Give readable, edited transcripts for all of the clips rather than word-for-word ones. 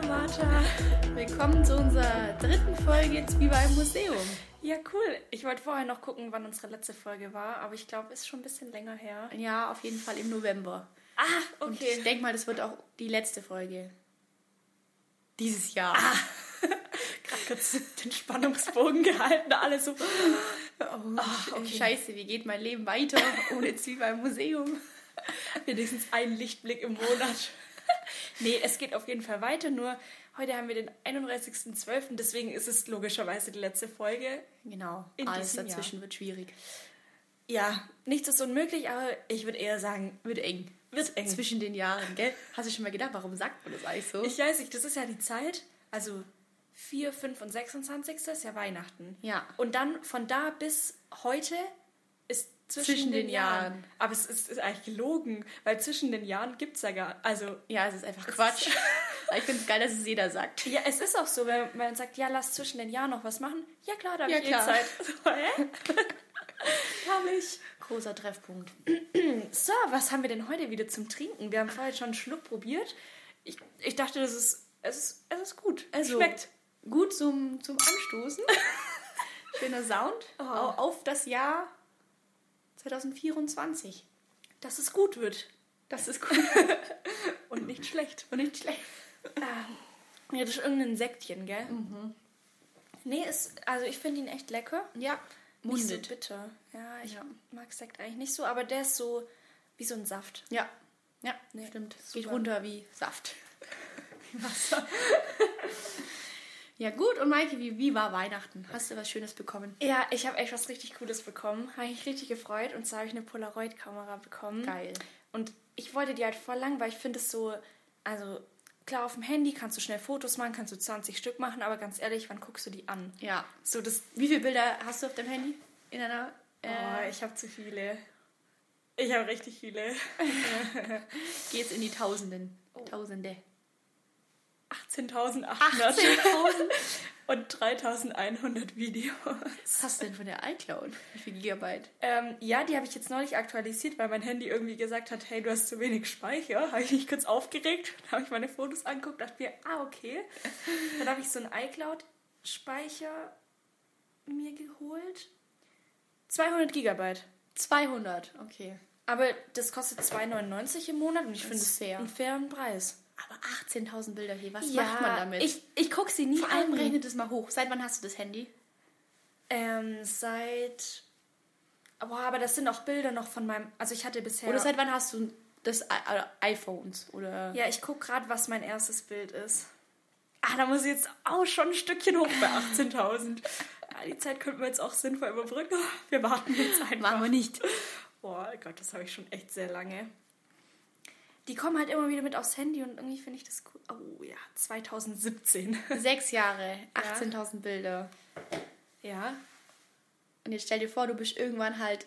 Martha. Willkommen zu unserer dritten Folge Zwiebel im Museum. Ja, cool. Ich wollte vorher noch gucken, wann unsere letzte Folge war, aber ich glaube, es ist schon ein bisschen länger her. Ja, auf jeden Fall im November. Ah, okay. Und ich denke mal, das wird auch die letzte Folge dieses Jahr. Gerade kurz den Spannungsbogen gehalten, alle so. Okay. Scheiße, wie geht mein Leben weiter ohne Zwiebel im Museum? Wenigstens einen Lichtblick im Monat. Nee, es geht auf jeden Fall weiter, nur heute haben wir den 31.12., deswegen ist es logischerweise die letzte Folge. Genau, In alles diesem dazwischen Jahr. wird schwierig. Ja, nichts ist unmöglich, aber ich würde eher sagen, Wird eng. Wird eng. Zwischen den Jahren, gell? Hast du schon mal gedacht, warum sagt man das eigentlich so? ich weiß nicht, das ist ja die Zeit, also 4, 5 und 26. ist ja Weihnachten. Ja. Und dann von da bis heute ist zwischen den Jahren. Aber es ist eigentlich gelogen, weil zwischen den Jahren gibt es ja gar also Ja, es ist einfach Quatsch. Aber ich finde es geil, dass es jeder sagt. ja, es ist auch so, wenn man sagt, ja, lass zwischen den Jahren noch was machen. Ja, klar, da habe Ja, ich klar. Zeit. So, hä? Herrlich. Großer Treffpunkt. So, was haben wir denn heute wieder zum Trinken? Wir haben vorher schon einen Schluck probiert. Ich dachte, es ist gut. Also, Schmeckt. Gut zum Anstoßen. Schöner Sound. Auf das Jahr 2024. Dass es gut wird. Das ist gut. Und nicht schlecht. Und nicht schlecht. Ja, das ist irgendein Sektchen, gell? Nee, also ich finde ihn echt lecker. Ja, Nicht so mundet. bitter. Ja, ich Ja. mag Sekt eigentlich nicht so, aber der ist so wie so ein Saft. Ja, ja, Nee, stimmt. super. Geht runter wie Saft. Wasser. Ja gut, und Maike, wie war Weihnachten? Hast du was Schönes bekommen? Ja, ich habe echt was richtig Cooles bekommen. Habe ich richtig gefreut. Und zwar habe ich eine Polaroid-Kamera bekommen. Geil. Und ich wollte die halt voll lang, weil ich finde es so, also klar, auf dem Handy kannst du schnell Fotos machen, kannst du 20 Stück machen, aber ganz ehrlich, wann guckst du die an? Ja. So das, Wie viele Bilder hast du auf deinem Handy? In einer... ich habe zu viele. Ich habe richtig viele. geht's in die Tausenden. Tausende. 18.800 18.000? und 3.100 Videos. Was hast du denn von der iCloud? Wie viel Gigabyte? Ja, die habe ich jetzt neulich aktualisiert, weil mein Handy irgendwie gesagt hat, hey, du hast zu wenig Speicher. Habe ich mich kurz aufgeregt, dann habe ich meine Fotos angeguckt, dachte mir, okay. Dann habe ich so einen iCloud-Speicher mir geholt. 200 Gigabyte. 200, okay. Aber das kostet 2,99 im Monat und ich finde ist es fair. einen fairen Preis. Aber 18.000 Bilder hier, was Ja, macht man damit? Ich gucke sie nie Vor allem an. rechnet es mal hoch. Seit wann hast du das Handy? Seit... Boah, aber das sind auch Bilder noch von meinem... Also ich hatte bisher... Oder seit wann hast du das iPhones? Oder Ja, ich gucke gerade, was mein erstes Bild ist. Ah, da muss ich jetzt auch schon ein Stückchen hoch bei 18.000. Ja, die Zeit könnten wir jetzt auch sinnvoll überbrücken. Wir warten jetzt einfach. machen wir nicht. Boah Gott, das habe ich schon echt sehr lange. Die kommen halt immer wieder mit aufs Handy und irgendwie finde ich das cool. Oh ja, 2017. 6 Jahre, 18.000 Bilder. Ja. Und jetzt stell dir vor, du bist irgendwann halt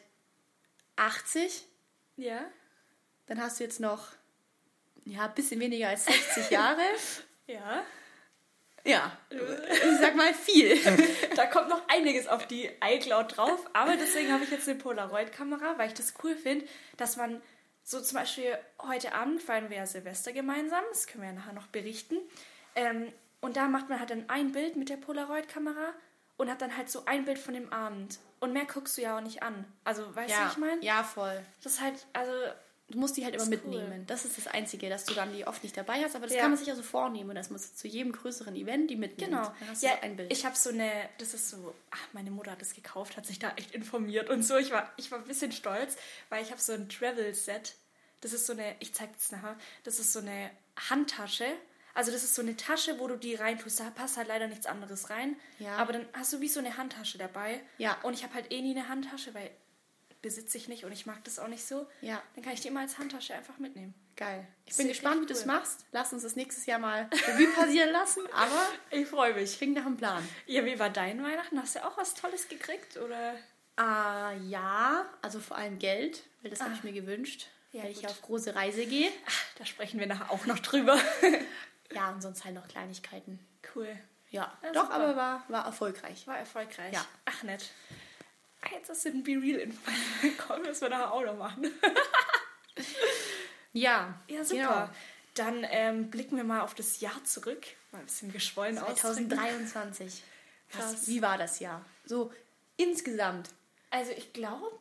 80. Ja. Dann hast du jetzt noch ein bisschen weniger als 60 Jahre. Ja. Ja, ich sag mal viel. Da kommt noch einiges auf die iCloud drauf. Aber deswegen habe ich jetzt eine Polaroid-Kamera, weil ich das cool finde, dass man so zum Beispiel heute Abend feiern wir ja Silvester gemeinsam. Das können wir ja nachher noch berichten. Und da macht man halt dann ein Bild mit der Polaroid-Kamera und hat dann halt so ein Bild von dem Abend. Und mehr guckst du ja auch nicht an. Also, weißt du, was ich meine? Ja, voll. Das ist halt, also... Du musst die halt immer ist mitnehmen. cool. Das ist das Einzige, dass du dann die oft nicht dabei hast, aber das Ja. kann man sich also vornehmen, dass man zu jedem größeren Event die mitnimmt. Genau. Dann hast du Ja, so ein Bild. ich habe so eine, das ist so, meine Mutter hat das gekauft, hat sich da echt informiert und so. Ich war ein bisschen stolz, weil ich habe so ein Travel-Set. Das ist so eine, ich zeig das nachher, das ist so eine Handtasche. Also das ist so eine Tasche, wo du die reintust. Da passt halt leider nichts anderes rein. Ja. Aber dann hast du wie so eine Handtasche dabei. Ja. Und ich habe halt nie eine Handtasche, weil besitze ich nicht und ich mag das auch nicht so. Ja. Dann kann ich die immer als Handtasche einfach mitnehmen. Geil. Ich Das bin ist gespannt, wie echt du es cool. machst. Lass uns das nächstes Jahr mal Revue passieren lassen, aber Ich freue mich. klingt nach einem Plan. Ja, wie war dein Weihnachten? Hast du auch was Tolles gekriegt, oder? Ja, also vor allem Geld, weil das habe ich mir gewünscht, Ja, weil ich gut. ja auf große Reise gehe. Da sprechen wir nachher auch noch drüber. Ja, und sonst halt noch Kleinigkeiten. Cool. Ja, Ja, doch, super. aber war erfolgreich. War erfolgreich. Ja. Ach, nett. Jetzt hast du ein Be Real-Info bekommen, das wir nachher auch noch machen. Ja, Ja, super. genau. Dann blicken wir mal auf das Jahr zurück. Mal ein bisschen geschwollen aus. 2023. Krass. Wie war das Jahr? So insgesamt. Also ich glaube,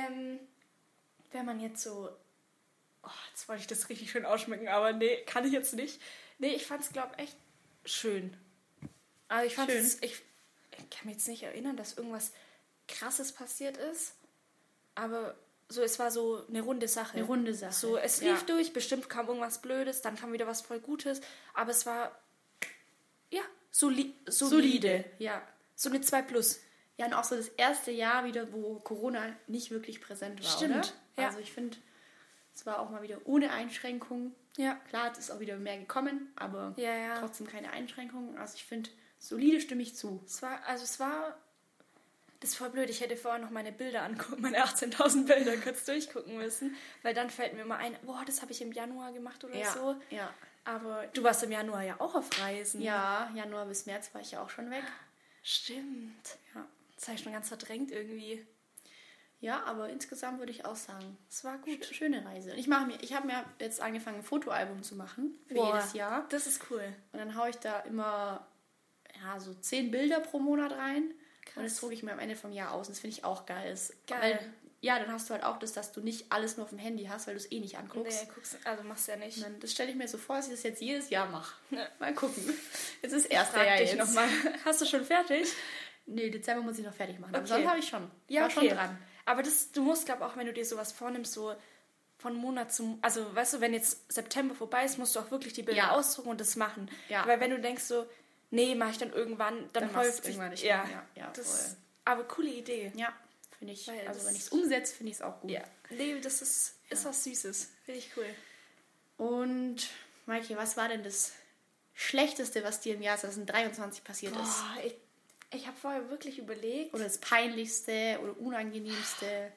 wenn man jetzt so... Oh, jetzt wollte ich das richtig schön ausschmücken, aber nee, kann ich jetzt nicht. Nee, ich fand es, glaube ich, echt schön. Also ich fand es... Ich kann mich jetzt nicht erinnern, dass irgendwas Krasses passiert ist, aber so, es war so eine runde Sache. Eine runde Sache. So, es lief durch, bestimmt kam irgendwas Blödes, dann kam wieder was voll Gutes, aber es war, ja, solide. Ja. So eine 2+. Ja, und auch so das erste Jahr wieder, wo Corona nicht wirklich präsent war, Stimmt, oder? ja. Also ich finde, es war auch mal wieder ohne Einschränkungen. Ja. Klar, es ist auch wieder mehr gekommen, aber Ja. trotzdem keine Einschränkungen. Also ich finde, solide stimme ich zu. Es war, das ist voll blöd, ich hätte vorher noch meine Bilder angucken, meine 18.000 Bilder kurz durchgucken müssen, weil dann fällt mir immer ein, boah, das habe ich im Januar gemacht oder so. Ja. Aber du warst im Januar ja auch auf Reisen. Ja, Januar bis März war ich ja auch schon weg. Stimmt. Ja. Das habe ich schon ganz verdrängt irgendwie. Ja, aber insgesamt würde ich auch sagen, Es war gut. Schöne Reise. Und ich habe mir jetzt angefangen, ein Fotoalbum zu machen für Boah, jedes Jahr. Das ist cool. Und dann haue ich da immer so 10 Bilder pro Monat rein. Krass. Und das drucke ich mir am Ende vom Jahr aus. Und das finde ich auch geil. Geil. Weil, ja, dann hast du halt auch das, dass du nicht alles nur auf dem Handy hast, weil du es eh nicht anguckst. Nee, also machst du ja nicht. Und dann, das stelle ich mir so vor, dass ich das jetzt jedes Jahr mache. Ja. Mal gucken. Jetzt ist das erste Frag Jahr dich jetzt. nochmal. Hast du schon fertig? Nee, Dezember muss ich noch fertig machen. Aber Okay. sonst habe ich schon. Ja, War okay. schon dran. Aber du musst, glaube ich, auch wenn du dir sowas vornimmst, so von Monat zu... Also, weißt du, wenn jetzt September vorbei ist, musst du auch wirklich die Bilder ausdrucken und das machen. Ja. Weil wenn du denkst so, nee, mache ich dann irgendwann, dann machst du häuft sich... irgendwann nicht Ja, mehr. Ja, das, voll. aber coole Idee. Ja, finde ich. Weil Also das- wenn ich es umsetze, finde ich es auch gut. Ja. Nee, das ist was Süßes. Finde ich cool. Und, Maike, was war denn das Schlechteste, was dir im Jahr 2023 passiert ist? Boah, ich habe vorher wirklich überlegt. Oder das Peinlichste oder Unangenehmste?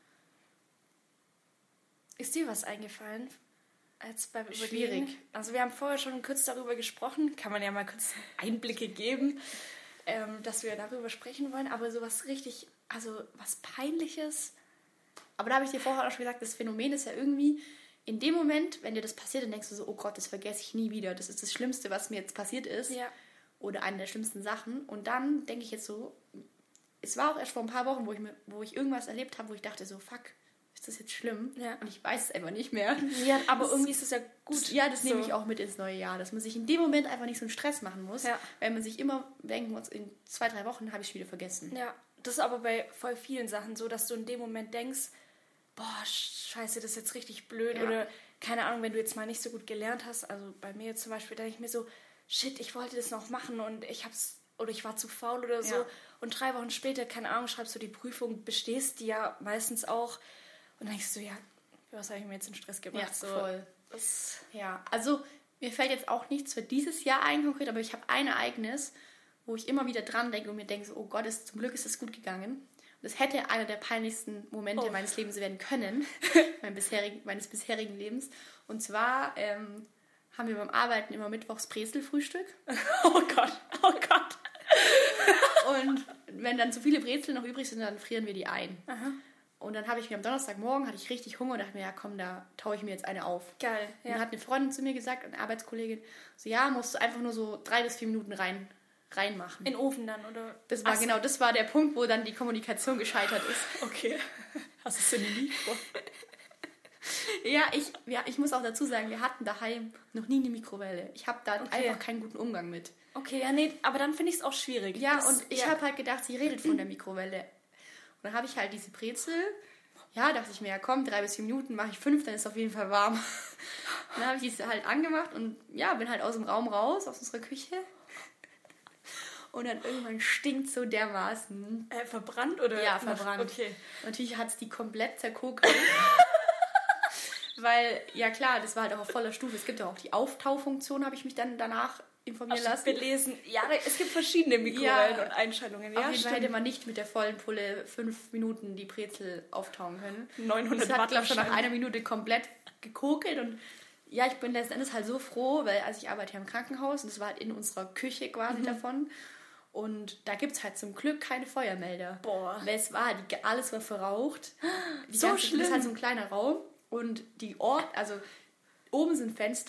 Ist dir was eingefallen? Als beim Überlegen? Schwierig. Also wir haben vorher schon kurz darüber gesprochen. Kann man ja mal kurz Einblicke geben, dass wir darüber sprechen wollen. Aber sowas richtig, also was Peinliches. Aber da habe ich dir vorher auch schon gesagt, das Phänomen ist ja irgendwie, in dem Moment, wenn dir das passiert, dann denkst du so, oh Gott, das vergesse ich nie wieder. Das ist das Schlimmste, was mir jetzt passiert ist. Ja. Oder eine der schlimmsten Sachen. Und dann denke ich jetzt so, es war auch erst vor ein paar Wochen, wo ich irgendwas erlebt habe, wo ich dachte so, fuck, ist das jetzt schlimm? Ja. Und ich weiß es einfach nicht mehr. Ja, aber irgendwie ist es ja gut. Das nehme ich auch mit ins neue Jahr, dass man sich in dem Moment einfach nicht so einen Stress machen muss, Ja. weil man sich immer denken muss, in 2-3 Wochen habe ich es wieder vergessen. Ja, das ist aber bei voll vielen Sachen so, dass du in dem Moment denkst, boah, scheiße, das ist jetzt richtig blöd. Ja. Oder, keine Ahnung, wenn du jetzt mal nicht so gut gelernt hast, also bei mir jetzt zum Beispiel, denke ich mir so, shit, ich wollte das noch machen und ich war zu faul oder so. Ja. Und 3 Wochen später, keine Ahnung, schreibst du die Prüfung, bestehst die ja meistens auch. Und dann denkst du, ja, was habe ich mir jetzt in Stress gemacht? Ja, so, voll. Das, Ja, also mir fällt jetzt auch nichts für dieses Jahr ein konkret, aber ich habe ein Ereignis, wo ich immer wieder dran denke und mir denke, so, oh Gott, zum Glück ist es gut gegangen. Und das hätte einer der peinlichsten Momente meines Lebens werden können, meines bisherigen Lebens. Und zwar haben wir beim Arbeiten immer mittwochs Brezelfrühstück. oh Gott. Und wenn dann zu viele Brezel noch übrig sind, dann frieren wir die ein. Aha. Und dann habe ich mir am Donnerstagmorgen hatte ich richtig Hunger und dachte mir, ja komm, da taue ich mir jetzt eine auf. Geil, Und dann hat eine Freundin zu mir gesagt, eine Arbeitskollegin, so ja, musst du einfach nur so 3 bis 4 Minuten reinmachen. In den Ofen dann, oder? Das war der Punkt, wo dann die Kommunikation gescheitert ist. Okay. Hast du es denn nie vor? Ich muss auch dazu sagen, wir hatten daheim noch nie eine Mikrowelle. Ich habe da einfach keinen guten Umgang mit. Okay, ja, nee, aber dann finde ich es auch schwierig. Ja, und ich habe halt gedacht, sie redet von der Mikrowelle. Und dann habe ich halt diese Brezel. Ja, dachte ich mir, ja komm, 3 bis 4 Minuten, mache ich 5, dann ist es auf jeden Fall warm. Und dann habe ich diese halt angemacht und ja, bin halt aus dem Raum raus, aus unserer Küche. Und dann irgendwann stinkt so dermaßen. Verbrannt oder? Ja, verbrannt. Okay. Natürlich hat es die komplett zerkokelt. Weil, ja klar, das war halt auch auf voller Stufe. Es gibt ja auch die Auftaufunktion, habe ich mich dann danach informieren lassen. Belesen. Ja, es gibt verschiedene Mikrowellen und Einstellungen. Ja, Auf jeden Fall hätte man nicht mit der vollen Pulle 5 Minuten die Brezel auftauen können. 900 Das hat, Watt glaube ich, schon nach wahrscheinlich. einer Minute komplett gekokelt. Und ja, ich bin letzten Endes halt so froh, weil also ich arbeite ja im Krankenhaus und das war halt in unserer Küche quasi davon. Und da gibt es halt zum Glück keine Feuermelder. Boah. Weil alles war verraucht. So schlimm. Das ist halt so ein kleiner Raum. Und also oben sind Fenster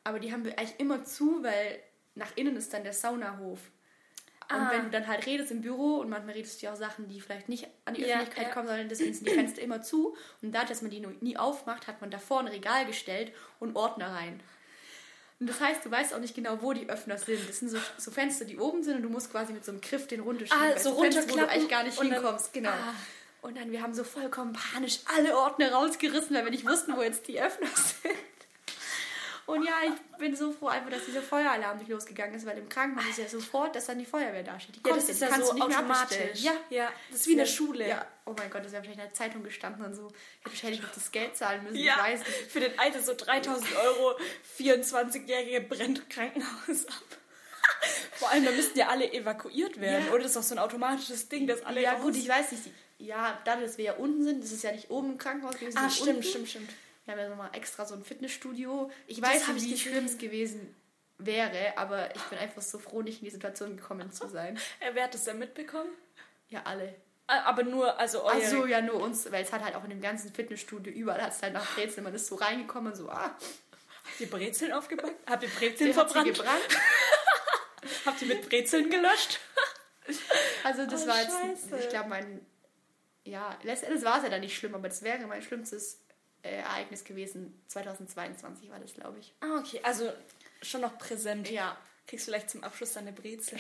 aber die haben wir eigentlich immer zu, weil nach innen ist dann der Saunahof. Und wenn du dann halt redest im Büro und manchmal redest du ja auch Sachen, die vielleicht nicht an die Öffentlichkeit kommen, sondern deswegen sind die Fenster immer zu. Und dadurch, dass man die nie aufmacht, hat man davor ein Regal gestellt und Ordner rein. Und das heißt, du weißt auch nicht genau, wo die Öffner sind. Das sind so Fenster, die oben sind und du musst quasi mit so einem Griff den runterschieben. So Fenster, wo du runterklappen eigentlich gar nicht hinkommst. Genau. Und dann, wir haben so vollkommen panisch alle Ordner rausgerissen, weil wir nicht wussten, wo jetzt die Öffner sind. Und ja, ich bin so froh, einfach, dass dieser Feueralarm nicht losgegangen ist, weil im Krankenhaus ist ja sofort, dass dann die Feuerwehr da steht. Das ist ja so automatisch. Ja, das ist wie in der Schule. Ja, oh mein Gott, das wäre vielleicht in der Zeitung gestanden und so. Ich hätte wahrscheinlich noch das Geld zahlen müssen, ja, ich weiß nicht. Für den Alter so 3.000 €, 24-Jährige brennt Krankenhaus ab. Vor allem, da müssten ja alle evakuiert werden. Oder das ist doch so ein automatisches Ding, dass alle Ja gut, ich weiß nicht. Ja, dadurch, dass wir ja unten sind, das ist ja nicht oben im Krankenhaus gewesen. Stimmt. Wir haben ja nochmal extra so ein Fitnessstudio. Ich weiß nicht, wie schlimm es gewesen wäre, aber ich bin einfach so froh, nicht in die Situation gekommen zu sein. Wer hat das denn mitbekommen? Ja, alle. Aber nur, also eure... Ach so, ja, nur uns, weil es hat halt auch in dem ganzen Fitnessstudio, überall hat es halt nach Brezeln, man ist so reingekommen und so, Habt ihr Brezeln aufgebacken? Habt ihr Brezeln verbrannt? Habt ihr mit Brezeln gelöscht? Also das war jetzt, ich glaube, letztendlich war es ja dann nicht schlimm, aber das wäre mein schlimmstes Ereignis gewesen. 2022 war das, glaube ich. Okay, also schon noch präsent. Ja. Kriegst du vielleicht zum Abschluss deine Brezel.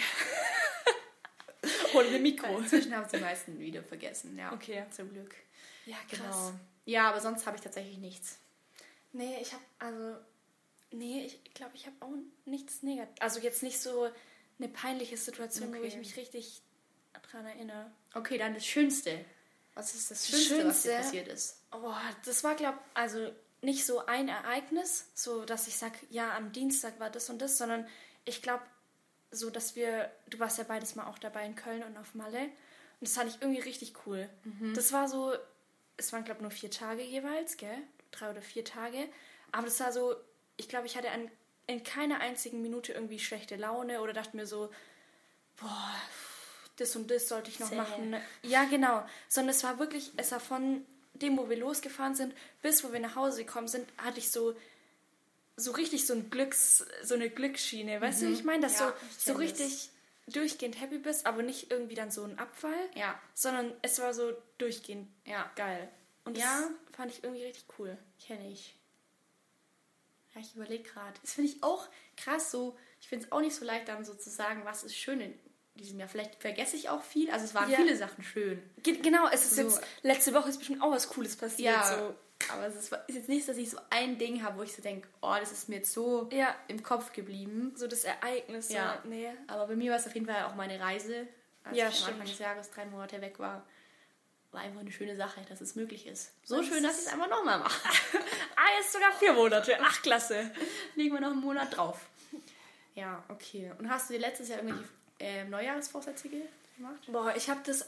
Ohne Mikro. Inzwischen haben es die meisten wieder vergessen, ja. Okay. Zum Glück. Ja, krass. Genau. Ja, aber sonst habe ich tatsächlich nichts. Nee, ich glaube, ich habe auch nichts Negatives. Also jetzt nicht so eine peinliche Situation, wo ich mich richtig dran erinnere. Okay, dann das Schönste. Was ist das Schönste, was dir passiert ist? Oh, das war, glaube ich, also nicht so ein Ereignis, so dass ich sage, ja, am Dienstag war das und das, sondern ich glaube, so dass du warst ja beides mal auch dabei in Köln und auf Malle und das fand ich irgendwie richtig cool. Das war so, es waren, glaube ich, nur 4 Tage jeweils, gell? 3 oder 4 Tage, aber das war so, ich glaube, ich hatte in keiner einzigen Minute irgendwie schlechte Laune oder dachte mir so, boah, das und das sollte ich noch machen. Ja, genau. Sondern es war von dem, wo wir losgefahren sind, bis wo wir nach Hause gekommen sind, hatte ich so richtig so eine Glücksschiene. Weißt du, wie ich meine? Dass du so richtig durchgehend happy bist, aber nicht irgendwie dann so ein Abfall, sondern es war so durchgehend geil. Und das fand ich irgendwie richtig cool. Kenne ich. Ja, ich überlege gerade. Das finde ich auch krass so. Ich finde es auch nicht so leicht, dann so zu sagen, was ist schön in diesem Jahr. Vielleicht vergesse ich auch viel. Also es waren viele Sachen schön. Genau, es ist so, jetzt, letzte Woche ist bestimmt auch was Cooles passiert. Ja, so. Aber es ist jetzt nicht, dass ich so ein Ding habe, wo ich so denke, oh, das ist mir jetzt so im Kopf geblieben. So das Ereignis. Ja, so, nee. Aber bei mir war es auf jeden Fall auch meine Reise. Als ich am Anfang des Jahres 3 Monate weg war einfach eine schöne Sache, dass es möglich ist. So schön, dass ich es einfach nochmal mache. Jetzt sogar 4 Monate. Ach, klasse. Legen wir noch einen Monat drauf. Ja, okay. Und hast du dir letztes Jahr irgendwelche Neujahrsvorsätze gemacht? Boah, ich habe das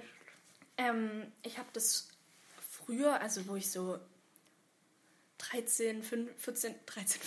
früher, also wo ich so 13, 14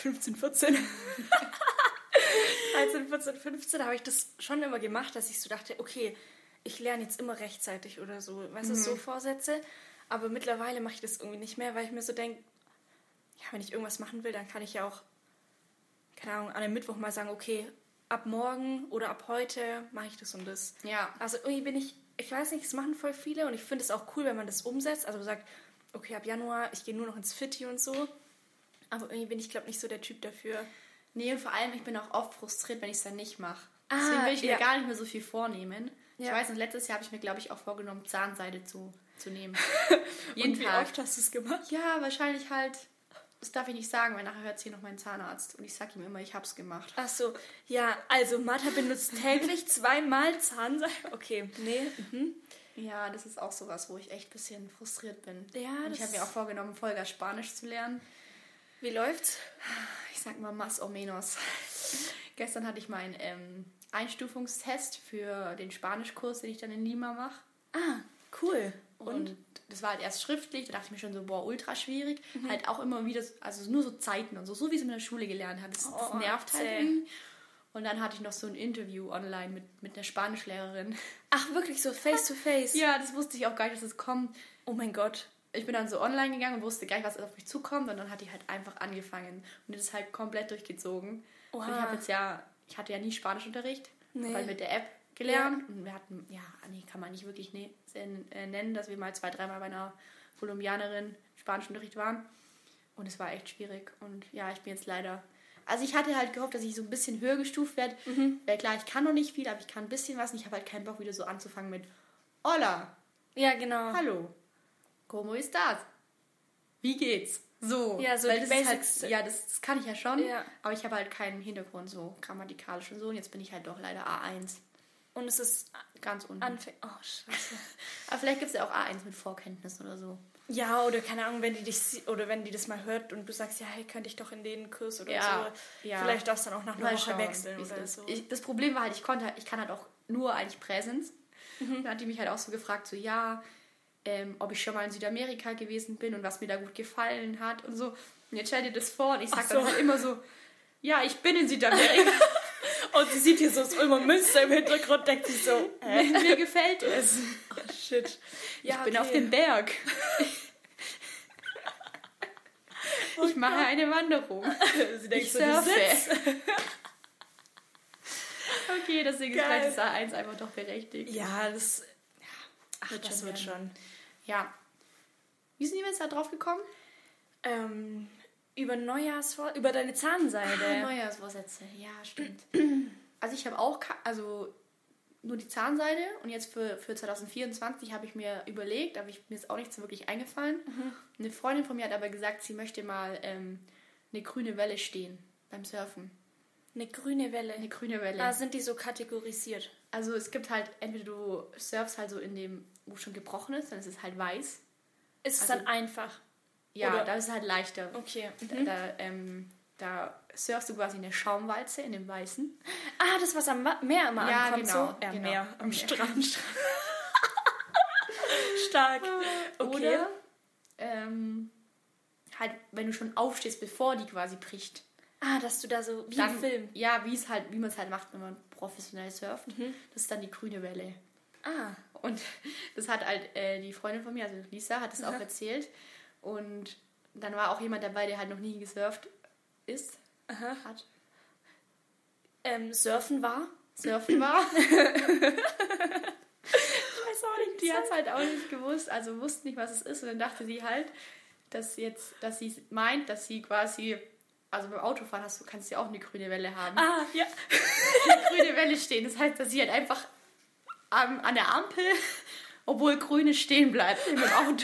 habe ich das schon immer gemacht, dass ich so dachte, okay, ich lerne jetzt immer rechtzeitig oder so, weißt du, so Vorsätze. Aber mittlerweile mache ich das irgendwie nicht mehr, weil ich mir so denke, ja, wenn ich irgendwas machen will, dann kann ich ja auch, keine Ahnung, an einem Mittwoch mal sagen, okay, ab morgen oder ab heute mache ich das und das. Ja. Also irgendwie ich weiß nicht, es machen voll viele und ich finde es auch cool, wenn man das umsetzt. Also sagt, okay, ab Januar, ich gehe nur noch ins Fitti und so. Aber irgendwie bin ich, glaube ich, nicht so der Typ dafür. Nee, und vor allem, ich bin auch oft frustriert, wenn ich es dann nicht mache. Deswegen will ich mir gar nicht mehr so viel vornehmen. Ja. Ich weiß, letztes Jahr habe ich mir, glaube ich, auch vorgenommen, Zahnseide zu nehmen. Jeden Tag. Wie oft hast du es gemacht? Ja, wahrscheinlich halt, das darf ich nicht sagen, weil nachher hört es hier noch mein Zahnarzt. Und ich sage ihm immer, ich habe es gemacht. Ach so, ja, also Martha benutzt täglich 2-mal Zahnseide. Okay, nee. Ja, das ist auch sowas, wo ich echt ein bisschen frustriert bin. Ja, und ich habe mir auch vorgenommen, Vollgas Spanisch zu lernen. Wie läuft's? Ich sag mal más o menos. Gestern hatte ich meinen Einstufungstest für den Spanischkurs, den ich dann in Lima mache. Ah, cool. Und das war halt erst schriftlich, da dachte ich mir schon so, boah, ultra schwierig. Halt auch immer wieder, also nur so Zeiten und so wie es in der Schule gelernt hat. Das nervt halt irgendwie. Und dann hatte ich noch so ein Interview online mit einer Spanischlehrerin. Ach, wirklich so face to face? Ja, das wusste ich auch gar nicht, dass es kommt. Oh mein Gott. ich bin dann so online gegangen und wusste gleich, was auf mich zukommt. Und dann hat die halt einfach angefangen. Und das ist halt komplett durchgezogen. Oha. Und ich hatte ja nie Spanischunterricht. Nee. Weil mit der App gelernt. Und wir hatten, kann man nicht wirklich nennen, dass wir mal 2-3 Mal bei einer Kolumbianerin Spanischunterricht waren. Und es war echt schwierig. Und ja, ich bin jetzt leider... Also ich hatte halt gehofft, dass ich so ein bisschen höher gestuft werde. Weil klar, ich kann noch nicht viel, aber ich kann ein bisschen was. Und ich habe halt keinen Bock, wieder so anzufangen mit Hola. Ja, genau. Hallo. ¿Cómo estás? Wie geht's? So. Ja, so weil die das Basics. ist halt, ja, das kann ich ja schon. Ja. Aber ich habe halt keinen Hintergrund so grammatikalisch und so. Und jetzt bin ich halt doch leider A1. Und es ist Ganz unten. Oh, scheiße. Aber vielleicht gibt es ja auch A1 mit Vorkenntnissen oder so. Ja, oder keine Ahnung, wenn die das mal hört und du sagst, ja, hey, könnte ich doch in den Kurs oder so. Ja. Vielleicht darfst du dann auch nach einer Mal Woche schauen, wechseln wie's oder ist. so. Das Problem war halt, ich kann halt auch nur eigentlich Präsens. Dann hat die mich halt auch so gefragt, so ob ich schon mal in Südamerika gewesen bin und was mir da gut gefallen hat und so. Und jetzt stell dir das vor und ich sag dann halt immer so, ja, ich bin in Südamerika. Und sie sieht hier so das Ulmer Münster im Hintergrund, denkt sich so, Mir gefällt es. oh, shit. Ja, Ich bin auf dem Berg. Ich mache eine Wanderung. Sie denkt Ich so, surfe. du sitzt. Okay, deswegen ist Geil. vielleicht das A1 einfach doch berechtigt. Ja, das wird werden. schon. Ja. Wie sind wir jetzt da drauf gekommen? Über über deine Zahnseide. Neujahrsvorsätze, ja, stimmt. Also ich habe auch, nur die Zahnseide und jetzt für 2024 habe ich mir überlegt, aber mir ist auch nichts so wirklich eingefallen. Eine Freundin von mir hat aber gesagt, sie möchte mal eine grüne Welle stehen beim Surfen. Eine grüne Welle. Eine grüne Welle. Da sind die so kategorisiert. Also es gibt halt, entweder du surfst halt so in dem, wo schon gebrochen ist, dann ist es halt weiß. Ist es Also- dann einfach? Ja, Oder- da ist es halt leichter. Okay. Da surfst du quasi in der Schaumwalze, in dem Weißen. Ah, das, was am Meer immer Ja, ankommt. genau, So? Ja, genau. Meer. Am Am Strand. Stark. Okay. Oder halt, wenn du schon aufstehst, bevor die quasi bricht. Ah, dass du da so, wie Dann, im Film. Ja, wie man es halt macht, wenn man professionell surft. Das ist dann die grüne Welle. Ah, Und das hat halt die Freundin von mir, also Lisa, hat das auch erzählt. Und dann war auch jemand dabei, der halt noch nie gesurft ist. Hat. Surfen war? Surfen war. Ich weiß auch nicht, Die hat es halt auch nicht gewusst, also wusste nicht, was es ist. Und dann dachte sie halt, dass sie meint, dass sie quasi, also beim Autofahren kannst du ja auch eine grüne Welle haben. Ah, ja. Eine grüne Welle stehen. Das heißt, dass sie halt einfach an der Ampel, obwohl grüne stehen bleibt mit dem Auto.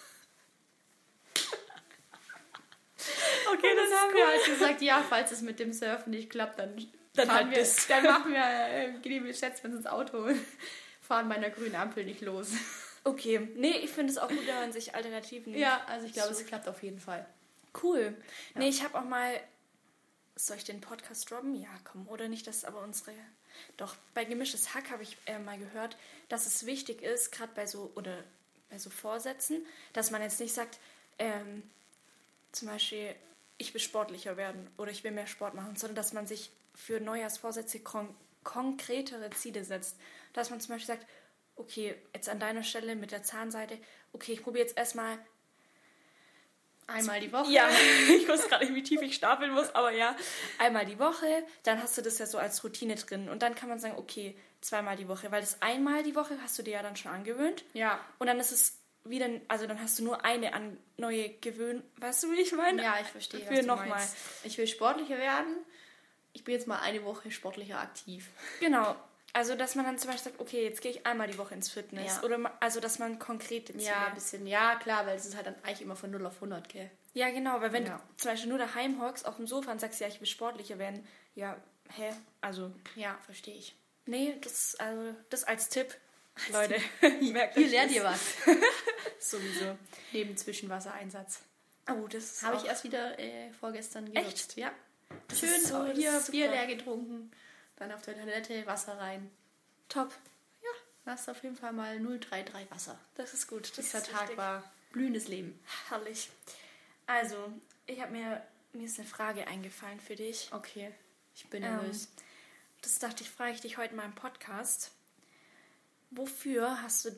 Okay, Und das dann haben ist wir cool. halt gesagt, ja, falls es mit dem Surfen nicht klappt, dann halt das. Dann machen wir, gehen wir setzen wir uns ins Auto und fahren bei einer grünen Ampel nicht los. Okay. Nee, ich finde es auch gut, wenn man sich Alternativen... Ja, also ich glaube, es klappt auf jeden Fall. Cool. Ja. Nee, ich habe auch mal... Soll ich den Podcast droppen? Ja, komm. Oder nicht, dass aber unsere... Doch, bei Gemischtes Hack habe ich mal gehört, dass es wichtig ist, gerade bei so Vorsätzen, dass man jetzt nicht sagt, zum Beispiel, ich will sportlicher werden oder ich will mehr Sport machen, sondern dass man sich für Neujahrsvorsätze konkretere Ziele setzt. Dass man zum Beispiel sagt, okay, jetzt an deiner Stelle mit der Zahnseide, okay, ich probiere jetzt erstmal Einmal die Woche. ja, ich wusste gerade nicht, wie tief ich stapeln muss, aber ja, einmal die Woche, dann hast du das ja so als Routine drin und dann kann man sagen, okay, 2-mal die Woche, weil das einmal die Woche hast du dir ja dann schon angewöhnt Ja. und dann ist es wieder, also dann hast du nur eine neue gewöhnt, weißt du, wie ich meine? Ja, ich verstehe, Für was du nochmal. meinst. Ich will sportlicher werden. Ich bin jetzt mal eine Woche sportlicher aktiv. Genau, also dass man dann zum Beispiel sagt, okay, jetzt gehe ich einmal die Woche ins Fitness Ja. oder also dass man konkrete Ziele... Ja, ein bisschen. Ja, klar, weil es ist halt dann eigentlich immer von 0 auf 100, gell? Ja, genau, weil wenn Ja. du zum Beispiel nur daheim hockst auf dem Sofa und sagst, ja, ich will sportlicher werden, ja, also... Ja, verstehe ich. Nee, das als Tipp, Leute. Merkt Hier euch lernt das. ihr was. Sowieso. Neben Zwischenwassereinsatz. Oh, das Habe auch- ich erst wieder vorgestern Echt? genutzt. Ja. Das Schön ist so- das hier ist super. Bier leer getrunken, dann auf der Toilette Wasser rein. top. Ja, hast auf jeden Fall mal 0,33 Wasser. Das ist gut. Das Dieser ist Tag wichtig. war blühendes Leben. Herrlich. Also, mir ist eine Frage eingefallen für dich. Okay, ich bin nervös. Das dachte ich, frage ich dich heute mal im Podcast. Wofür hast du denn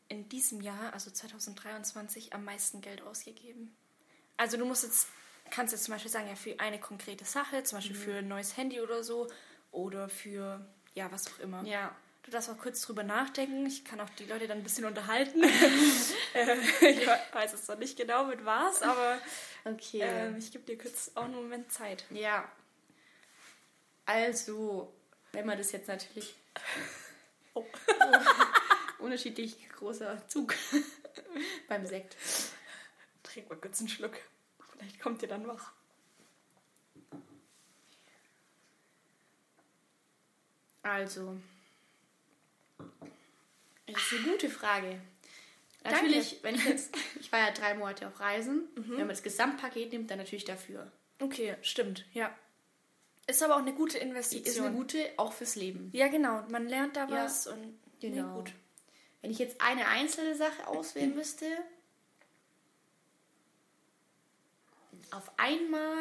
in diesem Jahr, also 2023, am meisten Geld ausgegeben? Also du kannst jetzt zum Beispiel sagen, ja, für eine konkrete Sache, zum Beispiel für ein neues Handy oder so, oder für, ja, was auch immer. Ja. Du darfst auch kurz drüber nachdenken. Ich kann auch die Leute dann ein bisschen unterhalten. Ich weiß es noch nicht genau, mit was, aber Okay. ich gebe dir kurz auch einen Moment Zeit. Ja. Also, wenn man das jetzt natürlich... Oh. Unterschiedlich großer Zug beim Sekt. Trink mal kurz einen Schluck. Vielleicht kommt dir dann was. Also, das ist eine gute Frage. Natürlich, wenn ich war ja 3 Monate auf Reisen, wenn man das Gesamtpaket nimmt, dann natürlich dafür. Okay, stimmt, ja. Ist aber auch eine gute Investition. Ist eine gute, auch fürs Leben. Ja, genau. Man lernt da was und Genau. Nee, gut. Wenn ich jetzt eine einzelne Sache auswählen müsste, auf einmal,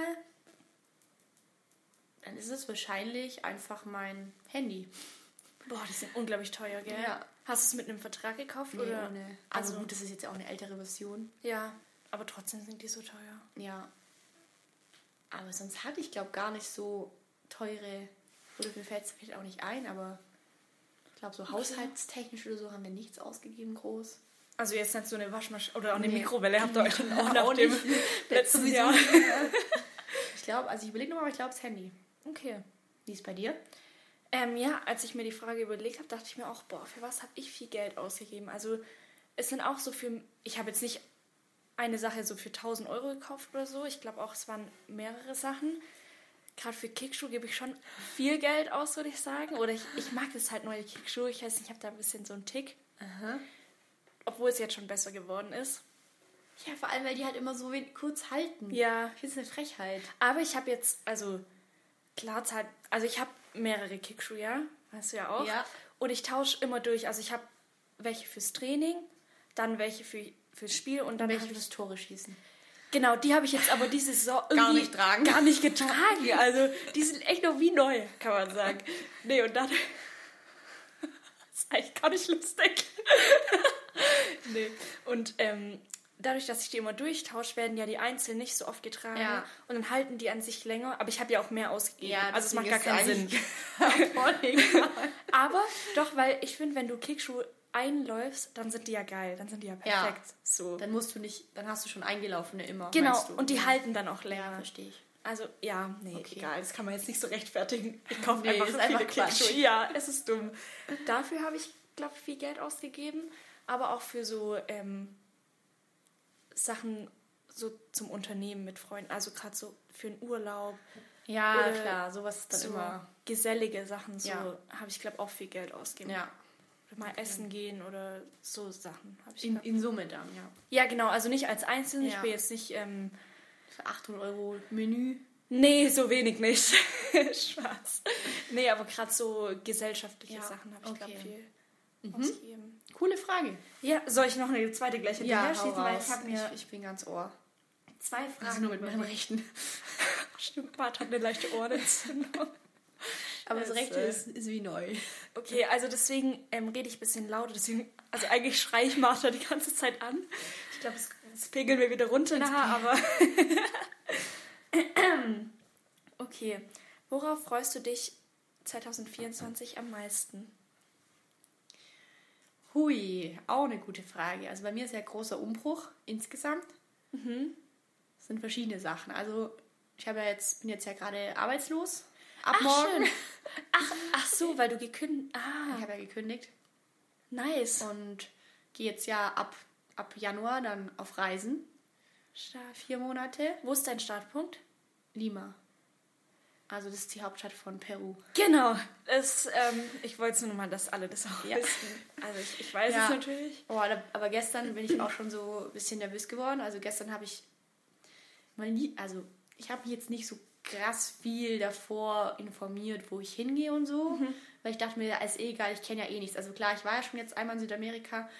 dann ist es wahrscheinlich einfach mein Handy. Boah, die sind unglaublich teuer, gell? Ja. Hast du es mit einem Vertrag gekauft? Nee, oder? ohne. Also gut, das ist jetzt auch eine ältere Version. Ja, aber trotzdem sind die so teuer. Ja. Aber sonst hatte ich, glaube gar nicht so teure, oder mir fällt es vielleicht auch nicht ein, aber ich glaube, so haushaltstechnisch oder so haben wir nichts ausgegeben groß. Also jetzt nicht so eine Waschmaschine oder auch eine Mikrowelle habt ihr euch dann auch nach Auch dem nicht. letzten Jahr. Ich glaube, also ich überlege nochmal, aber ich glaube, das Handy. Okay. Wie ist es bei dir? Ja, als ich mir die Frage überlegt habe, dachte ich mir auch, boah, für was habe ich viel Geld ausgegeben? Also es sind auch so für, ich habe jetzt nicht eine Sache so für 1.000 Euro gekauft oder so. Ich glaube auch, es waren mehrere Sachen. Gerade für Kickschuhe gebe ich schon viel Geld aus, würde ich sagen. Oder ich mag das halt, neue Kickschuhe. Ich weiß nicht, ich habe da ein bisschen so einen Tick. Aha. Obwohl es jetzt schon besser geworden ist. Ja, vor allem, weil die halt immer so kurz halten. Ja. Ich finde es eine Frechheit. Aber ich habe jetzt, also klar, also ich habe mehrere Kickschuhe, ja. Weißt du ja auch. Ja. Und ich tausche immer durch. Also ich habe welche fürs Training, dann welche fürs Spiel und dann Welche fürs Tore schießen. Genau, die habe ich jetzt aber diese Saison Gar irgendwie nicht tragen. Gar nicht getragen. Also die sind echt noch wie neu, kann man sagen. Nee, und dann... Das ist eigentlich gar nicht lustig. Nee. Und dadurch, dass ich die immer durchtausche, werden ja die einzeln nicht so oft getragen. Ja. Und dann halten die an sich länger. Aber ich habe ja auch mehr ausgegeben. Ja, also es macht gar keinen Sinn. Sinn. Aber doch, weil ich finde, wenn du Kickschuhe einläufst, dann sind die ja geil. Dann sind die ja perfekt. Ja. So. Dann musst du nicht, dann hast du schon eingelaufene immer. Genau, meinst du? und die Ja. halten dann auch länger. Ja, verstehe ich. Also, ja, nee, Okay. egal. Das kann man jetzt nicht so rechtfertigen. Ich kaufe Nee, einfach ist viele einfach Quatsch. Kickschuhe. Ja, es ist dumm. Dafür habe ich, glaube ich, viel Geld ausgegeben. Aber auch für so Sachen so zum Unternehmen mit Freunden. Also gerade so für einen Urlaub. Ja, Oder klar, sowas ist dann so immer. gesellige Sachen. So Ja. habe ich, glaube ich, auch viel Geld ausgegeben. Ja. Oder mal essen gehen oder so Sachen. Habe ich In Summe dann, ja. ja, genau. Also nicht als Einzelne. Ich Ja. bin jetzt nicht... Für 800 Euro Menü. Nee, so wenig nicht. Spaß. Nee, aber gerade so gesellschaftliche Ja, Sachen habe ich, okay. glaube viel ausgegeben. Coole Frage. Ja, soll ich noch eine zweite gleich hinterher hau schießen? Weil raus. ich habe mir ich bin ganz Ohr. 2 Fragen Also nur mit meinem überlegt. Rechten. Stimmt, Bart hat eine leichte Ohrenentzündung. Aber das Rechte Scheiße. ist wie neu. Okay, also deswegen rede ich ein bisschen lauter. Deswegen, also eigentlich schreie ich Martha die ganze Zeit an. Ich glaube, das pegeln wir wieder runter nachher, aber... Okay, worauf freust du dich 2024 am meisten? Hui, auch eine gute Frage. Also bei mir ist ja großer Umbruch insgesamt. Das sind verschiedene Sachen. Also ich bin jetzt ja gerade arbeitslos. Ab morgen. Schön. Ach so, weil du gekündigt... Ich habe ja gekündigt Nice. und gehe jetzt ja ab Januar dann auf Reisen. 4 Monate. Wo ist dein Startpunkt? Lima. Also das ist die Hauptstadt von Peru. Genau. Ich wollte nur noch mal, dass alle das auch Ja. wissen. Also ich weiß Ja. es natürlich. Oh, aber gestern bin ich auch schon so ein bisschen nervös geworden. Also gestern habe ich ich habe mich jetzt nicht so krass viel davor informiert, wo ich hingehe und so. Weil ich dachte mir, ist eh egal, ich kenne ja eh nichts. Also klar, ich war ja schon jetzt einmal in Südamerika,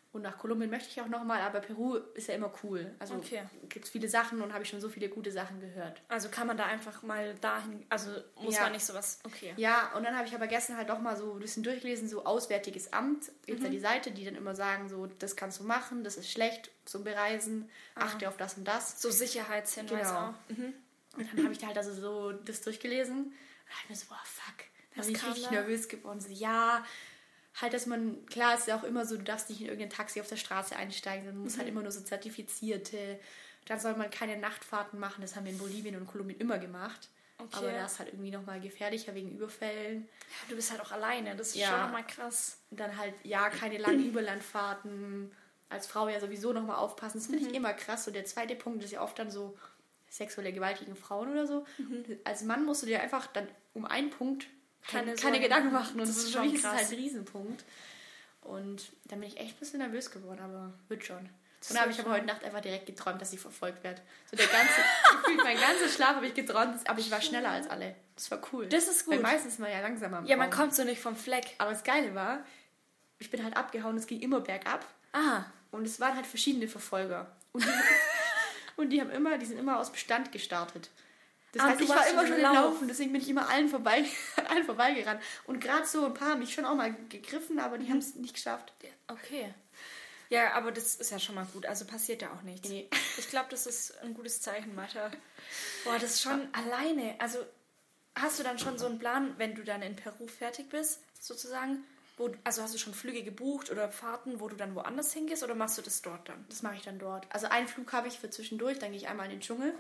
Und nach Kolumbien möchte ich auch nochmal, aber Peru ist ja immer cool. Also gibt es viele Sachen und habe ich schon so viele gute Sachen gehört. Also kann man da einfach mal dahin, also muss man nicht sowas, okay. Ja, und dann habe ich aber gestern halt doch mal so ein bisschen durchgelesen, so Auswärtiges Amt, gibt da die Seite, die dann immer sagen, so, das kannst du machen, das ist schlecht zum Bereisen, achte auf das und das. So Sicherheitshinweis auch. Und dann habe ich da halt also so das durchgelesen und da habe ich mir so, boah, fuck, da bin ich richtig nervös geworden. So, ja, halt, dass man, klar ist ja auch immer so, du darfst nicht in irgendein Taxi auf der Straße einsteigen, sondern muss halt immer nur so zertifizierte, dann soll man keine Nachtfahrten machen, das haben wir in Bolivien und Kolumbien immer gemacht. Okay. Aber da ist halt irgendwie nochmal gefährlicher wegen Überfällen. Ja, du bist halt auch alleine, das ist schon nochmal krass. Und dann halt, keine langen Überlandfahrten, als Frau ja sowieso nochmal aufpassen, das finde ich immer krass. Und der zweite Punkt ist ja oft dann so sexuelle Gewalt gegen Frauen oder so. Als Mann musst du dir einfach dann um einen Punkt keine Gedanken machen. Und das ist für mich halt ein Riesenpunkt. Und dann bin ich echt ein bisschen nervös geworden, aber wird schon. Und dann habe ich aber heute Nacht einfach direkt geträumt, dass ich verfolgt werde. So gefühlt mein ganzer Schlaf habe ich geträumt, aber ich war schneller als alle. Das war cool. Das ist gut. Weil meistens ist man ja langsamer am Ja, man kommt so nicht vom Fleck. Aber das Geile war, ich bin halt abgehauen, es ging immer bergab. Und es waren halt verschiedene Verfolger. Und die sind immer aus dem Stand gestartet. Das heißt, ich war immer schon im Laufen, deswegen bin ich immer allen vorbeigerannt. Und gerade so ein paar haben mich schon auch mal gegriffen, aber die haben es nicht geschafft. Okay. Ja, aber das ist ja schon mal gut. Also passiert ja auch nichts. Nee. Ich glaube, das ist ein gutes Zeichen, Martha. Boah, das ist schon alleine. Also hast du dann schon so einen Plan, wenn du dann in Peru fertig bist, sozusagen? Also hast du schon Flüge gebucht oder Fahrten, wo du dann woanders hingehst oder machst du das dort dann? Das mache ich dann dort. Also einen Flug habe ich für zwischendurch, dann gehe ich einmal in den Dschungel.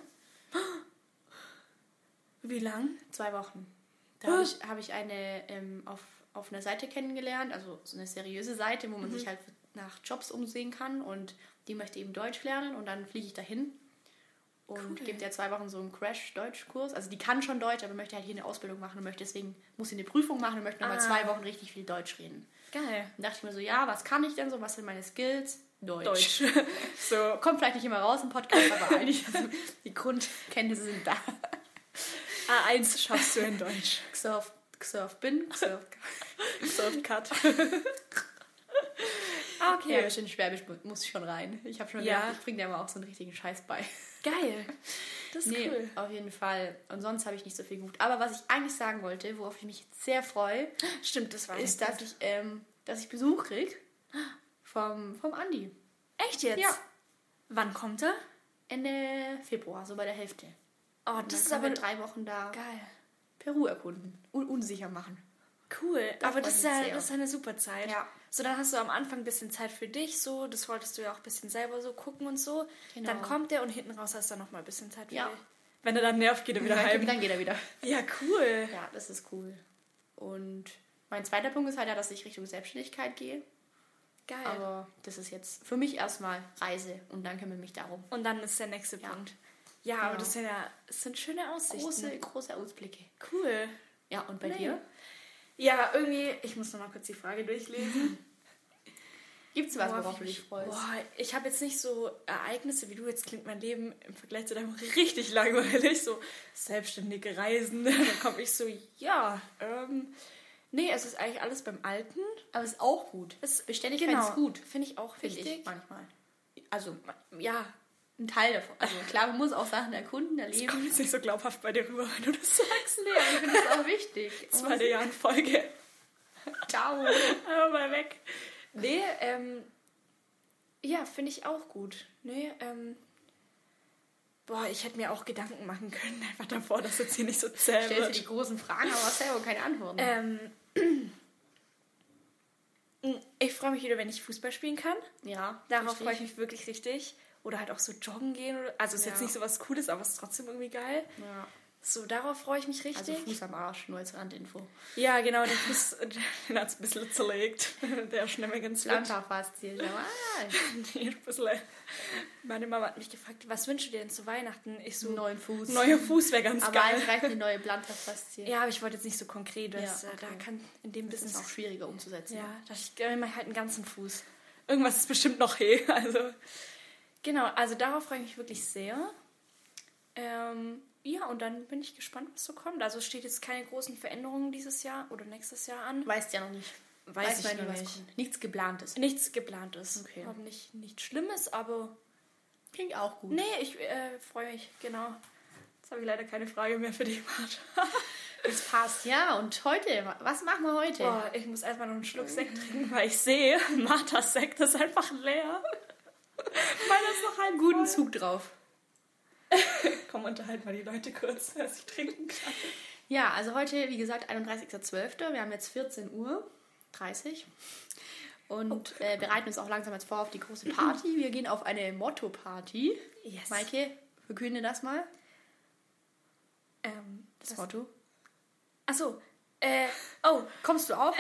Wie lang? 2 Wochen. Da habe ich eine auf einer Seite kennengelernt, also so eine seriöse Seite, wo man sich halt nach Jobs umsehen kann und die möchte eben Deutsch lernen und dann fliege ich dahin und gebe der 2 Wochen so einen Crash-Deutsch-Kurs. Also die kann schon Deutsch, aber möchte halt hier eine Ausbildung machen und muss sie eine Prüfung machen und möchte nochmal 2 Wochen richtig viel Deutsch reden. Geil. Dann dachte ich mir so, ja, was kann ich denn so, was sind meine Skills? Deutsch. So. Kommt vielleicht nicht immer raus im Podcast, aber eigentlich die Grundkenntnisse sind da. A1 schaffst du in Deutsch. Xsurf bin, Xsurf cut. Okay. Ja, bestimmt Schwäbisch muss ich schon rein. Ich habe schon gedacht, ich bringe dir aber auch so einen richtigen Scheiß bei. Geil. Das ist cool. Auf jeden Fall. Und sonst habe ich nicht so viel gut. Aber was ich eigentlich sagen wollte, worauf ich mich jetzt sehr freue, stimmt, das war ist, dass ich Besuch kriege vom Andi. Echt jetzt? Ja. Wann kommt er? Ende Februar, so bei der Hälfte. Oh, das ist aber 3 Wochen da. Geil. Peru erkunden und unsicher machen. Cool, aber das ist eine super Zeit. Ja. So, dann hast du am Anfang ein bisschen Zeit für dich, so, das wolltest du ja auch ein bisschen selber so gucken und so. Genau. Dann kommt er und hinten raus hast du dann nochmal ein bisschen Zeit für dich. Wenn er dann nervt, geht er wieder heim. Dann geht er wieder. Ja, cool. Ja, das ist cool. Und mein zweiter Punkt ist halt ja, dass ich Richtung Selbstständigkeit gehe. Geil. Aber das ist jetzt für mich erstmal Reise und dann kümmere ich mich darum. Und dann ist der nächste Punkt. Ja, aber das sind schöne Aussichten. Große Ausblicke. Cool. Ja, und bei dir? Ja, irgendwie, ich muss noch mal kurz die Frage durchlesen. Gibt es was, worauf du dich freust? Ich habe jetzt nicht so Ereignisse wie du. Jetzt klingt mein Leben im Vergleich zu deinem richtig langweilig. So selbstständige Reisen. Dann komme ich so, nee, es ist eigentlich alles beim Alten. Aber es ist auch gut. Beständigkeit ist gut. Finde ich auch wichtig. Finde ich manchmal. Also, ja. Ein Teil davon. Also klar, man muss auch Sachen erkunden, erleben. Das kommt jetzt nicht so glaubhaft bei dir rüber, wenn du das sagst. Nee, aber ich finde das auch wichtig. 2 Jahre in Folge. Ciao. Aber mal weg. Nee, finde ich auch gut. Nee, ich hätte mir auch Gedanken machen können, einfach davor, dass jetzt hier nicht so zäh wird. Stellst du die großen Fragen, aber selber keine Antworten. Ich freue mich wieder, wenn ich Fußball spielen kann. Ja. Darauf freue ich mich wirklich richtig. Oder halt auch so joggen gehen. Also ist jetzt nicht so was Cooles, aber es ist trotzdem irgendwie geil. Ja. So, darauf freue ich mich richtig. Also Fuß am Arsch, nur als Randinfo. Ja, genau, der Fuß, den hat es ein bisschen zerlegt. Der ist nicht mehr ganz fit. Plantarfaszien. Nee, ein bisschen. Meine Mama hat mich gefragt, was wünschst du dir denn zu Weihnachten? Ich so, neuen Fuß. Neuer Fuß wäre ganz geil. Aber reicht eine neue Plantarfaszien. Ja, aber ich wollte jetzt nicht so konkret. Da kann in dem Business auch schwieriger umzusetzen. Ja, da ich mache halt einen ganzen Fuß. Irgendwas ist bestimmt noch also... Genau, also darauf freue ich mich wirklich sehr. Und dann bin ich gespannt, was so kommt. Also steht jetzt keine großen Veränderungen dieses Jahr oder nächstes Jahr an. Weißt ja noch nicht. weiß ich man noch nie, was nicht. kommt. Nichts Geplantes. Nichts Geplantes. Okay. Auch nicht Schlimmes, aber Klingt auch gut. nee, ich freue mich, genau. Jetzt habe ich leider keine Frage mehr für dich, Martha. Das passt, ja. Und heute, was machen wir heute? Boah, ich muss erstmal noch einen Schluck Sekt trinken, weil ich sehe, Marthas Sekt ist einfach leer. Meiner ist noch halb Guten voll. Zug drauf. Komm, unterhalten wir die Leute kurz, dass ich trinken kann. Ja, also heute, wie gesagt, 31.12. Wir haben jetzt 14:30 Uhr. Und bereiten uns auch langsam jetzt vor auf die große Party. Wir gehen auf eine Motto-Party. Yes. Maike, verkünde das mal. Das das Motto. Achso, Kommst du auch?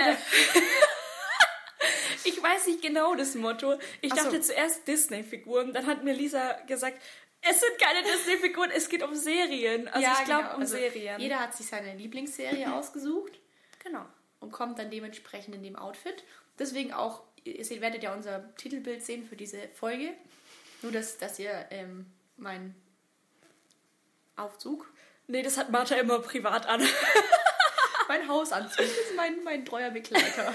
ich weiß nicht genau das Motto. Ich Ach so. dachte zuerst Disney-Figuren, dann hat mir Lisa gesagt, es sind keine Disney-Figuren, es geht um Serien. Also ich glaube um Serien. Jeder hat sich seine Lieblingsserie ausgesucht Genau. und kommt dann dementsprechend in dem Outfit. Deswegen auch, ihr werdet ja unser Titelbild sehen für diese Folge. Nur, dass ihr meinen Aufzug, Nee, das hat Martha immer privat an. mein Hausanzug, das ist mein treuer Begleiter.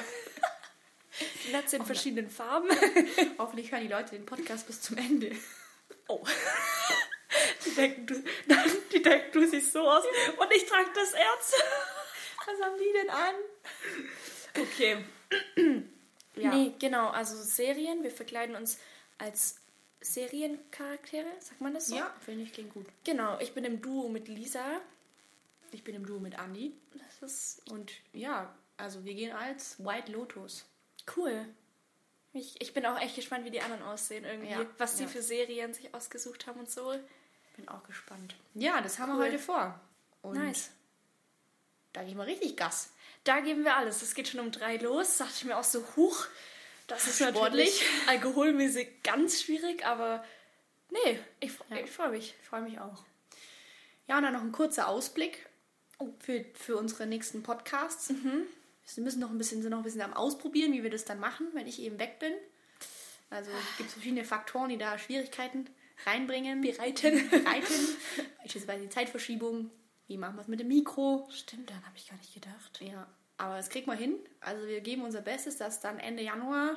Die hat sie in verschiedenen Farben. Hoffentlich hören die Leute den Podcast bis zum Ende. Oh. Die denken, du siehst so aus und ich trage das Erz. Was haben die denn an? Okay. Ja. Nee, genau, also Serien. Wir verkleiden uns als Seriencharaktere, sagt man das so? Ja, finde ich, klingt gut. Genau, ich bin im Duo mit Lisa. Ich bin im Duo mit Andi. Das ist Und ja, also wir gehen als White Lotus. cool. Ich bin auch echt gespannt, wie die anderen aussehen irgendwie. Ja, Was die ja. für Serien sich ausgesucht haben und so. Bin auch gespannt. Ja, das haben Cool. wir heute vor. Und Nice. da gehen wir richtig Gas. Da geben wir alles. Es geht schon um 3 los. Dachte ich mir auch so, huch. Das ist Sportlich. natürlich alkoholmäßig ganz schwierig, aber nee, ich Ja. freue mich. Ich freue mich auch. Ja, und dann noch ein kurzer Ausblick für unsere nächsten Podcasts. Wir sind noch ein bisschen am Ausprobieren, wie wir das dann machen, wenn ich eben weg bin. Also gibt es verschiedene Faktoren, die da Schwierigkeiten reinbringen. Bereiten. Beispielsweise die Zeitverschiebung. Wie machen wir es mit dem Mikro? Stimmt, daran habe ich gar nicht gedacht. Ja, aber das kriegen wir hin. Also wir geben unser Bestes, dass dann Ende Januar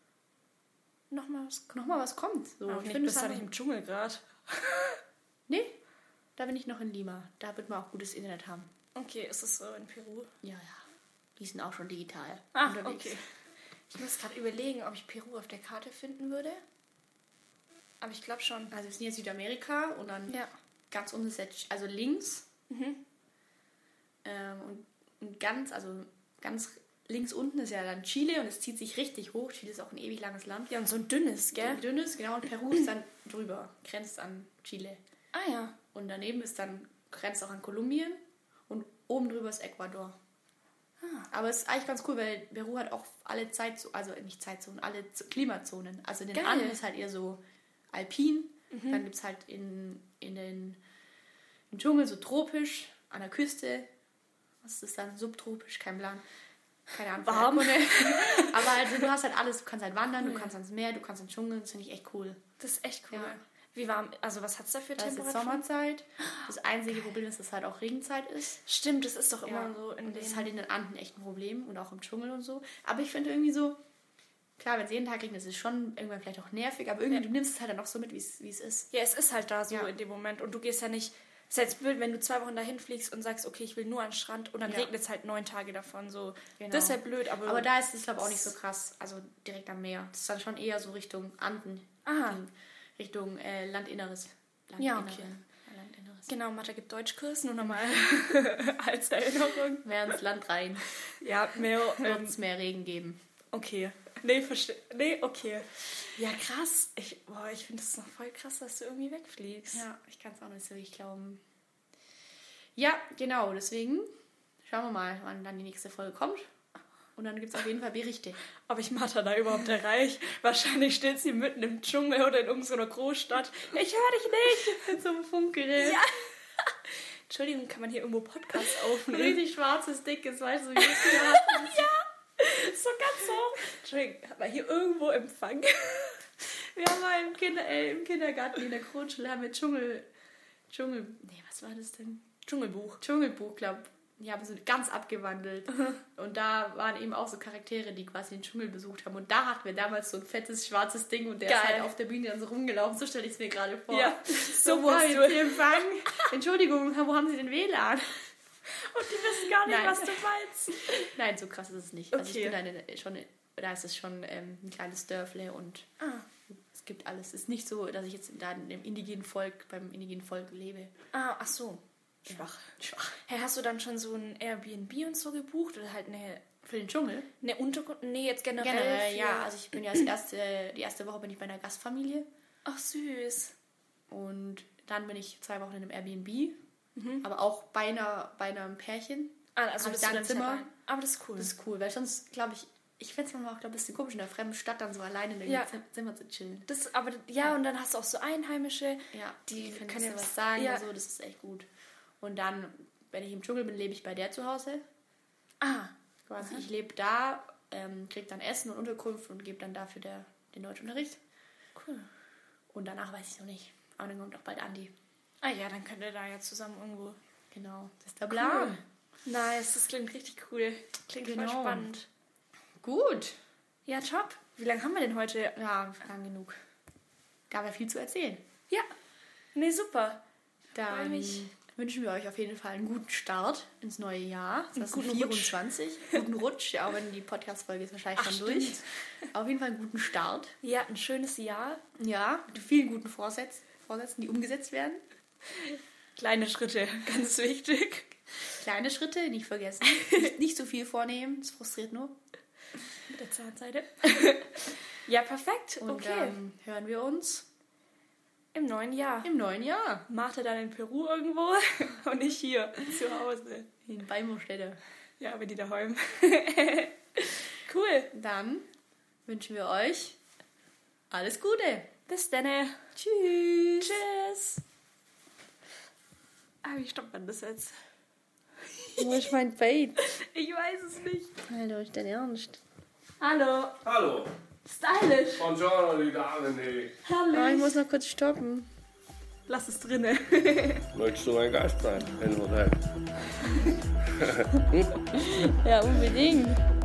Nochmal was kommt. So, ich ich finde, finde bist es da nicht im Dschungel gerade. Nee, da bin ich noch in Lima. Da wird man auch gutes Internet haben. Okay, ist es so in Peru? Ja. Die sind auch schon digital Ah, unterwegs. okay. Ich muss gerade überlegen, ob ich Peru auf der Karte finden würde. Aber ich glaube schon. Also wir sind jetzt Südamerika und dann Ja. ganz unten ist jetzt, also links und ganz links unten ist ja dann Chile und es zieht sich richtig hoch. Chile ist auch ein ewig langes Land. Ja, und so ein dünnes, gell? Ein dünnes, genau, und Peru ist dann drüber, grenzt an Chile. Ah ja. Und daneben ist dann, grenzt auch an Kolumbien und oben drüber ist Ecuador. Aber es ist eigentlich ganz cool, weil Peru hat auch alle nicht Zeitzonen, alle Klimazonen. Also in den Geil. Anden ist halt eher so alpin, dann gibt es halt im Dschungel so tropisch, an der Küste, was ist dann, subtropisch, kein Plan. Keine Ahnung. Warm. Aber also, du hast halt alles, du kannst halt wandern, du kannst ans Meer, du kannst in den Dschungel, das finde ich echt cool. Das ist echt cool. Ja. Wie warm, also was hat es da für Da ist jetzt Temperaturen? Sommerzeit. Das einzige Problem ist, dass halt auch Regenzeit ist. Stimmt, das ist doch immer Ja, so in und das den... ist halt in den Anden echt ein Problem und auch im Dschungel und so. Aber ich finde irgendwie so, klar, wenn es jeden Tag regnet, ist es schon irgendwann vielleicht auch nervig, aber irgendwie, du nimmst es halt dann auch so mit, wie es ist. Ja, es ist halt da so Ja. in dem Moment und du gehst ja nicht... Es ist jetzt blöd, wenn du 2 Wochen dahin fliegst und sagst, okay, ich will nur an den Strand und dann Ja. regnet es halt 9 Tage davon. So. Genau. Das ist ja blöd, aber... Aber da ist es, glaube ich, auch nicht so krass, also direkt am Meer. Das ist dann schon eher so Richtung Anden, Aha. Richtung Landinneres. Ja, okay. Landinneres. Genau, Mathe gibt Deutschkurs, nur nochmal als Erinnerung. Mehr ins Land rein. Ja, mehr... Wird es mehr Regen geben. Okay. Nee, verstehe. Nee, okay. Ja, krass. Ich finde es noch voll krass, dass du irgendwie wegfliegst. Ja, ich kann es auch nicht so richtig glauben. Ja, genau, deswegen schauen wir mal, wann dann die nächste Folge kommt. Und dann gibt es auf jeden Fall Berichte. Ob ich Martha da überhaupt erreiche? Wahrscheinlich steht sie mitten im Dschungel oder in irgendeiner Großstadt. Ich höre dich nicht! Mit so einem Funkgerät. Ja. Entschuldigung, kann man hier irgendwo Podcasts Ein aufnehmen? richtig schwarzes, dickes, weißt du, wie das hier hat. So ganz so. Entschuldigung, hat man hier irgendwo Empfang? Wir haben mal im Kindergarten in der Grundschule haben wir was war das denn? Dschungelbuch. Dschungelbuch, glaube aber so ganz abgewandelt. Und da waren eben auch so Charaktere, die quasi den Dschungel besucht haben. Und da hatten wir damals so ein fettes, schwarzes Ding und der ist halt auf der Bühne dann so rumgelaufen. So stelle ich es mir gerade vor. Ja, so wo haben Sie Empfang? Entschuldigung, wo haben Sie den WLAN? Und die wissen gar nicht, was du meinst. Nein, so krass ist es nicht. Okay. Also ich bin da ist es schon ein kleines Dörfle und es gibt alles. Es ist nicht so, dass ich jetzt da beim indigenen Volk lebe. Ach so. Schwach. Hey, hast du dann schon so ein Airbnb und so gebucht oder halt eine... Für den Dschungel? Eine Unterkunft? Nee, jetzt generell. Generell, ja. Also ich bin ja die erste Woche bin ich bei einer Gastfamilie. Ach, süß. Und dann bin ich 2 Wochen in einem Airbnb. Aber auch bei einem Pärchen. Also das ist ein Zimmer. Aber das ist cool. Das ist cool, weil sonst, glaube ich fände es manchmal auch ein bisschen komisch, in der fremden Stadt dann so alleine in dem Zimmer zu chillen. Und dann hast du auch so Einheimische, die können dir was sagen und so, das ist echt gut. Und dann, wenn ich im Dschungel bin, lebe ich bei der zu Hause. Quasi, ich lebe da, kriege dann Essen und Unterkunft und gebe dann dafür den Deutschunterricht. Cool. Und danach weiß ich noch nicht. Aber dann kommt auch bald Andi. Ah ja, dann könnt ihr da ja zusammen irgendwo... Genau, das ist der Plan. Cool. Nice, das klingt richtig cool. Klingt voll spannend. Gut. Ja, top. Wie lange haben wir denn heute? Ja, lang genug. Gab ja viel zu erzählen. Ja. Nee, super. Dann wünschen wir euch auf jeden Fall einen guten Start ins neue Jahr. 2024. Guten Rutsch, auch wenn die Podcast-Folge ist wahrscheinlich schon durch. Auf jeden Fall einen guten Start. Ja, ein schönes Jahr. Ja, mit vielen guten Vorsätzen, die umgesetzt werden. Kleine Schritte, ganz wichtig. Kleine Schritte, nicht vergessen. Nicht so viel vornehmen, das frustriert nur. Mit der Zahnseide. Ja, perfekt. Und dann hören wir uns im neuen Jahr. Macht er dann in Peru irgendwo und nicht hier zu Hause. In Beimurstädte. Ja, aber die daheim. Cool. Dann wünschen wir euch alles Gute. Bis dann. Tschüss. Tschüss. Wie stoppt man das jetzt? Wo ist mein Bait? Ich weiß es nicht. Alter, ist dein Ernst? Hallo. Hallo. Stylisch. Buongiorno, die Damen. Herrlich. Ich muss noch kurz stoppen. Lass es drinne. Möchtest du mein Gast sein im Hotel? Ja, unbedingt.